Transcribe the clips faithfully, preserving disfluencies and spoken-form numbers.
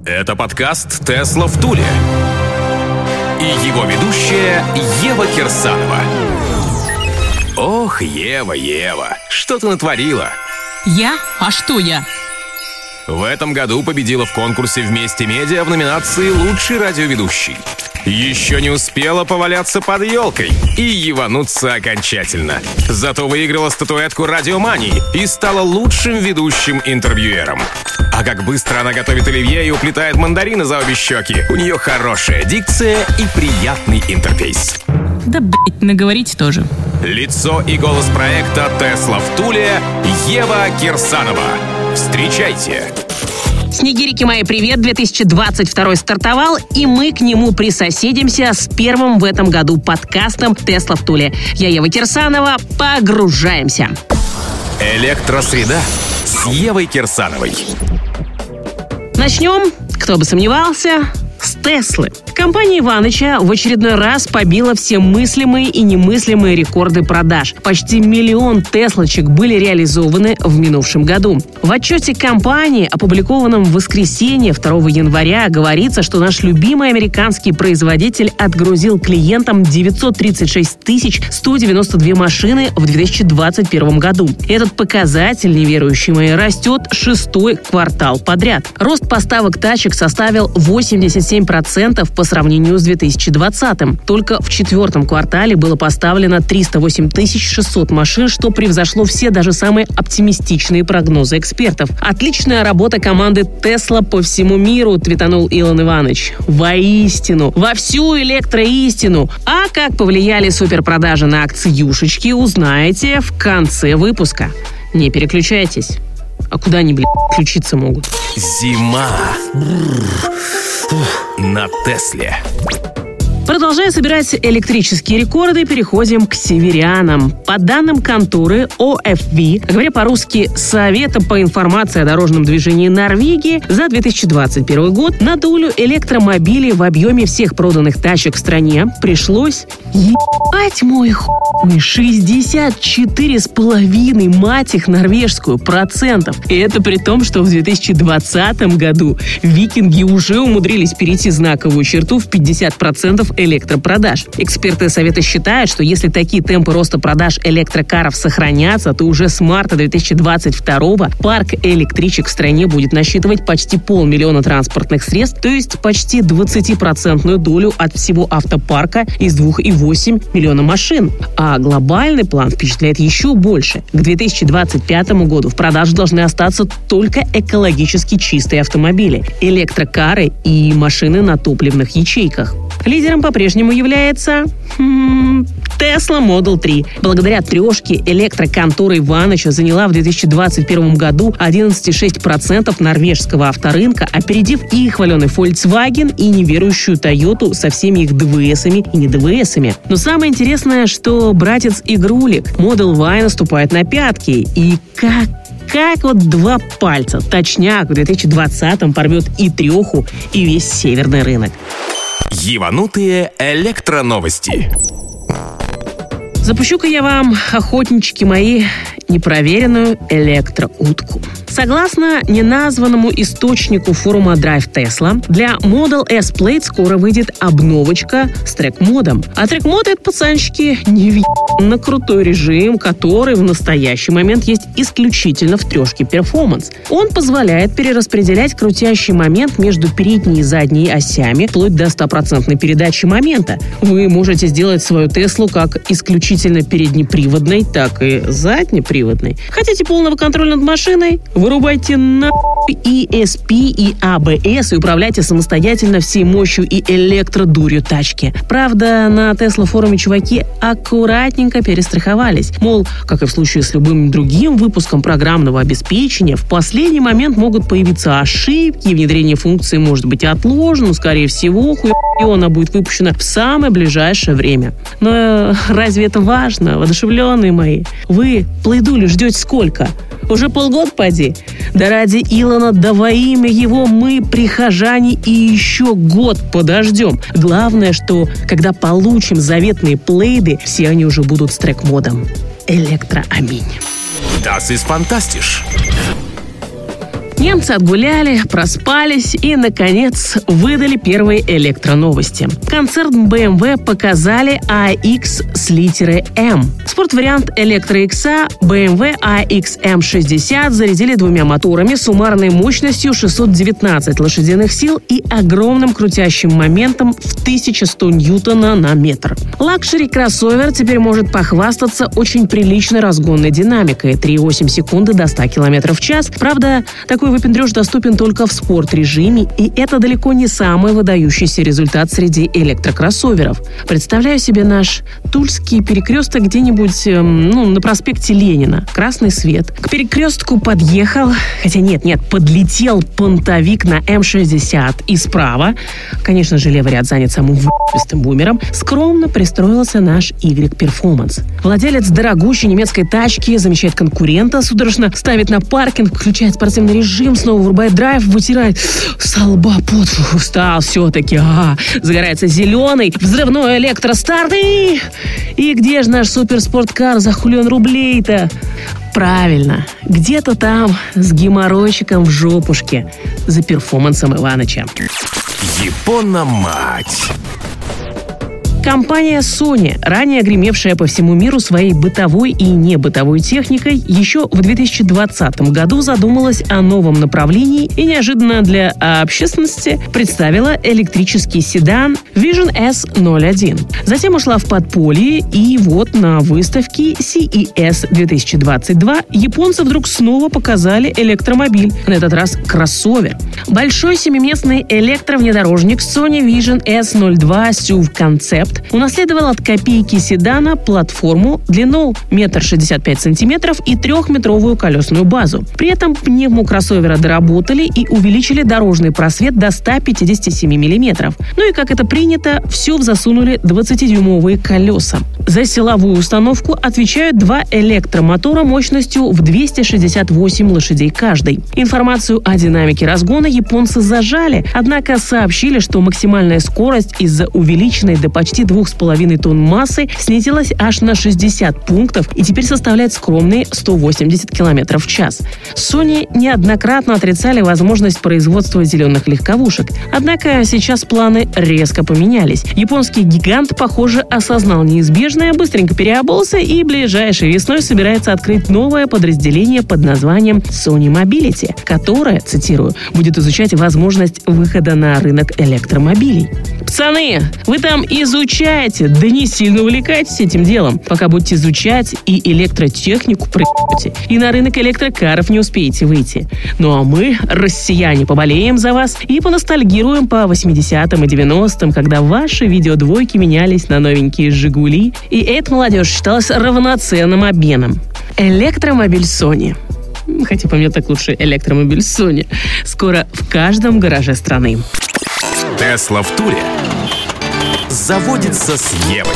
Это подкаст «Тесла в Туле». И его ведущая Ева Кирсанова. Ох, Ева, Ева, что ты натворила? Я? А что я? В этом году победила в конкурсе «Вместе Медиа» в номинации «Лучший радиоведущий». Еще не успела поваляться под елкой и евануться окончательно. Зато выиграла статуэтку «Радиомании» и стала лучшим ведущим-интервьюером. А как быстро она готовит оливье и уплетает мандарины за обе щеки. У нее хорошая дикция и приятный интерфейс. Да, блять, наговорите тоже. Лицо и голос проекта «Тесла в Туле» Ева Кирсанова. Встречайте! Снегирики мои, привет! две тысячи двадцать второй стартовал, и мы к нему присоседимся с первым в этом году подкастом «Тесла в Туле». Я Ева Кирсанова. Погружаемся! Электросреда с Евой Кирсановой. Начнем, кто бы сомневался, с Теслы. Компания Иваныча в очередной раз побила все мыслимые и немыслимые рекорды продаж. Почти миллион Теслочек были реализованы в минувшем году. В отчете компании, опубликованном в воскресенье второго января, говорится, что наш любимый американский производитель отгрузил клиентам девятьсот тридцать шесть тысяч сто девяносто две машины в две тысячи двадцать первом году. Этот показатель, неверующие мои, растет шестой квартал подряд. Рост поставок тачек составил восемьдесят семь процентов по сравнению с две тысячи двадцатым. Только в четвертом квартале было поставлено триста восемь тысяч шестьсот машин, что превзошло все даже самые оптимистичные прогнозы экспертов. Отличная работа команды Tesla по всему миру, твитанул Илон Иванович. Воистину, во всю электроистину. А как повлияли суперпродажи на акциюшечки, узнаете в конце выпуска. Не переключайтесь. А куда они, блядь, включиться могут? Зима. На Тесле. Продолжая собирать электрические рекорды, переходим к северянам. По данным конторы о эф ви, говоря по-русски «Совета по информации о дорожном движении Норвегии», за две тысячи двадцать первый год на долю электромобилей в объеме всех проданных тачек в стране пришлось, ебать мой хуй, шестьдесят четыре с половиной, мать их, норвежскую, процентов. И это при том, что в две тысячи двадцатом году викинги уже умудрились перейти знаковую черту в пятьдесят процентов электропродаж. Эксперты Совета считают, что если такие темпы роста продаж электрокаров сохранятся, то уже с марта две тысячи двадцать второго парк электричек в стране будет насчитывать почти полмиллиона транспортных средств, то есть почти двадцатипроцентную долю от всего автопарка из двух целых восемь десятых миллиона машин. А глобальный план впечатляет еще больше. К две тысячи двадцать пятому году в продаже должны остаться только экологически чистые автомобили, электрокары и машины на топливных ячейках. Лидером по-прежнему является хм, Tesla Model три. Благодаря трешке электроконтора Иваныча заняла в две тысячи двадцать первом году одиннадцать целых шесть десятых процента норвежского авторынка, опередив и хваленый Volkswagen, и неверующую Toyota со всеми их ДВСами и не ДВСами. Но самое интересное, что братец Игрулик Model Y наступает на пятки. И как Как вот два пальца. Точняк, в две тысячи двадцатом порвет и треху, и весь северный рынок. Еванутые электроновости. Запущу-ка я вам, охотнички мои, непроверенную электроутку. Согласно неназванному источнику форума Drive Tesla, для Model S Plaid скоро выйдет обновочка с трек-модом. А трек-мод — это, пацанчики, невероятно крутой режим, который в настоящий момент есть исключительно в трешке Performance. Он позволяет перераспределять крутящий момент между передней и задней осями вплоть до стопроцентной передачи момента. Вы можете сделать свою Теслу как исключительно переднеприводной, так и заднеприводной. Хотите полного контроля над машиной? Вырубайте на и эс пи, и а бэ эс и управляйте самостоятельно всей мощью и электродурью тачки. Правда, на Tesla форуме чуваки аккуратненько перестраховались. Мол, как и в случае с любым другим выпуском программного обеспечения, в последний момент могут появиться ошибки, и внедрение функции может быть отложено, скорее всего, хуй она будет выпущена в самое ближайшее время. Но разве это важно, воодушевленные мои? Вы плейдули ждете сколько? Уже полгода поди? Да ради Илона, да во имя его мы, прихожане, и еще год подождем. Главное, что когда получим заветные плейды, все они уже будут с трек-модом. Электроаминь. Das ist fantastisch. Немцы отгуляли, проспались и, наконец, выдали первые электроновости. Концерн бэ эм вэ показали эй икс с литерой М. Спорт-вариант Электро Икс бэ эм вэ эй икс эм шестьдесят зарядили двумя моторами суммарной мощностью шестьсот девятнадцать лошадиных сил и огромным крутящим моментом в тысяча сто ньютона на метр. Лакшери-кроссовер теперь может похвастаться очень приличной разгонной динамикой – три целых восемь секунды до ста километров в час. Правда, такой выпендрёж доступен только в спорт-режиме, и это далеко не самый выдающийся результат среди электрокроссоверов. Представляю себе наш Тульский перекресток где-нибудь эм, ну, на проспекте Ленина. Красный свет. К перекрестку подъехал, хотя нет, нет, подлетел понтовик на эм шестьдесят, и справа, конечно же, левый ряд занят самым в***стым бумером, скромно пристроился наш Y-Performance. Владелец дорогущей немецкой тачки замечает конкурента, судорожно ставит на паркинг, включает спортивный режим, снова врубает драйв, вытирает со лба пот. Встал все-таки. Ага. Загорается зеленый, взрывной электростарт. И, и где же наш суперспорткар за хулион рублей-то? Правильно, где-то там с геморройчиком в жопушке за перформансом Иваныча. Япона-мать. Компания Sony, ранее гремевшая по всему миру своей бытовой и небытовой техникой, еще в две тысячи двадцатом году задумалась о новом направлении и неожиданно для общественности представила электрический седан Vision эс ноль один. Затем ушла в подполье, и вот на выставке си и эс две тысячи двадцать два японцы вдруг снова показали электромобиль, на этот раз кроссовер. Большой семиместный электровнедорожник Sony Vision эс ноль два эс ю ви Concept унаследовал от копейки седана платформу, длину метр шестьдесят пять сантиметров и трехметровую колесную базу. При этом пневму кроссовера доработали и увеличили дорожный просвет до ста пятидесяти семи миллиметров. Ну и, как это принято, все засунули двадцатидюймовые колеса. За силовую установку отвечают два электромотора мощностью в двести шестьдесят восемь лошадей каждый. Информацию о динамике разгона японцы зажали, однако сообщили, что максимальная скорость из-за увеличенной до почти двух с половиной тонн массы снизилась аж на шестьдесят пунктов и теперь составляет скромные сто восемьдесят километров в час. Sony неоднократно отрицали возможность производства зеленых легковушек. Однако сейчас планы резко поменялись. Японский гигант, похоже, осознал неизбежное, быстренько переобулся и ближайшей весной собирается открыть новое подразделение под названием Sony Mobility, которое, цитирую, будет изучать возможность выхода на рынок электромобилей. Пацаны, вы там изучаете, да не сильно увлекайтесь этим делом. Пока будете изучать и электротехнику проебете, и на рынок электрокаров не успеете выйти. Ну а мы, россияне, поболеем за вас и поностальгируем по восьмидесятым и девяностым, когда ваши видеодвойки менялись на новенькие «Жигули», и эта молодежь считалась равноценным обменом. Электромобиль Sony. Хотя по мне так лучше электромобиль Sony. Скоро в каждом гараже страны. Тесла в туре заводится с Евой.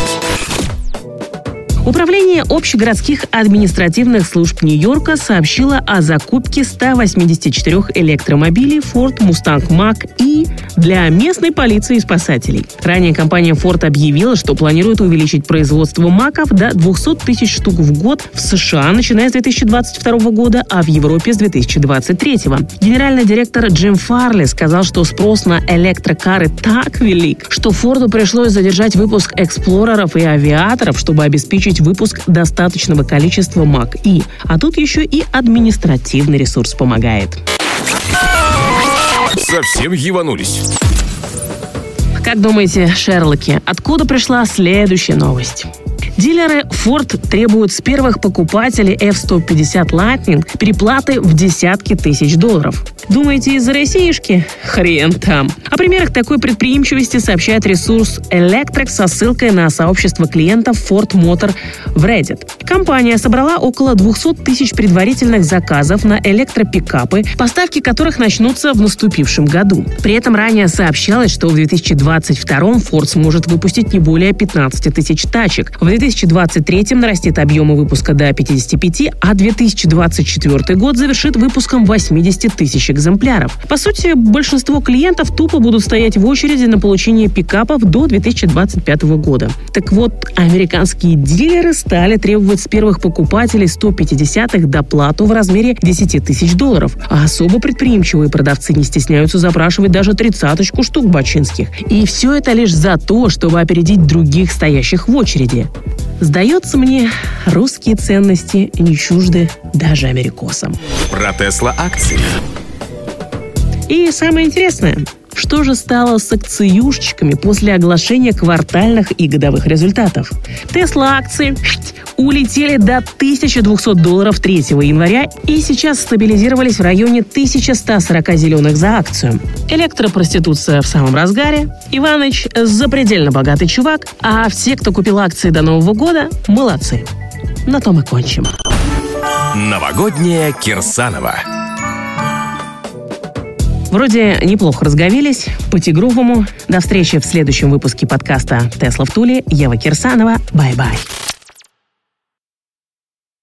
Управление общегородских административных служб Нью-Йорка сообщило о закупке ста восьмидесяти четырёх электромобилей Ford Mustang Mach-E для местной полиции и спасателей. Ранее компания Ford объявила, что планирует увеличить производство маков до двухсот тысяч штук в год в США, начиная с две тысячи двадцать второго года, а в Европе с две тысячи двадцать третьего. Генеральный директор Джим Фарли сказал, что спрос на электрокары так велик, что Форду пришлось задержать выпуск эксплореров и авиаторов, чтобы обеспечить выпуск достаточного количества Mach-E. А тут еще и административный ресурс помогает. Совсем еванулись. Как думаете, Шерлоки, откуда пришла следующая новость? Дилеры Ford требуют с первых покупателей эф сто пятьдесят Lightning переплаты в десятки тысяч долларов. Думаете, из-за Россиюшки? Хрен там. О примерах такой предприимчивости сообщает ресурс Electrek со ссылкой на сообщество клиентов Ford Motor в Reddit. Компания собрала около двухсот тысяч предварительных заказов на электропикапы, поставки которых начнутся в наступившем году. При этом ранее сообщалось, что в две тысячи двадцать втором Ford сможет выпустить не более пятнадцати тысяч тачек. В две тысячи двадцать третьем нарастит объемы выпуска до пятидесяти пяти, а две тысячи двадцать четвёртый год завершит выпуском восьмидесяти тысяч экземпляров. По сути, большинство клиентов тупо Тесла будут стоять в очереди на получение пикапов до две тысячи двадцать пятого года. Так вот, американские дилеры стали требовать с первых покупателей сто пятидесятых доплату в размере десять тысяч долларов. А особо предприимчивые продавцы не стесняются запрашивать даже тридцаточку штук бачинских. И все это лишь за то, чтобы опередить других стоящих в очереди. Сдается мне, русские ценности не чужды даже америкосам. Про Тесла акции. И самое интересное, что же стало с акциюшечками после оглашения квартальных и годовых результатов? Тесла акции улетели до тысяча двести долларов третьего января и сейчас стабилизировались в районе тысяча сто сорок зеленых за акцию. Электропроституция в самом разгаре. Иваныч запредельно богатый чувак, а все, кто купил акции до Нового года, молодцы. На том и кончим. Новогодняя Кирсанова. Вроде неплохо разговелись, по-тигровому. До встречи в следующем выпуске подкаста «Тесла в Туле». Ева Кирсанова. Бай-бай.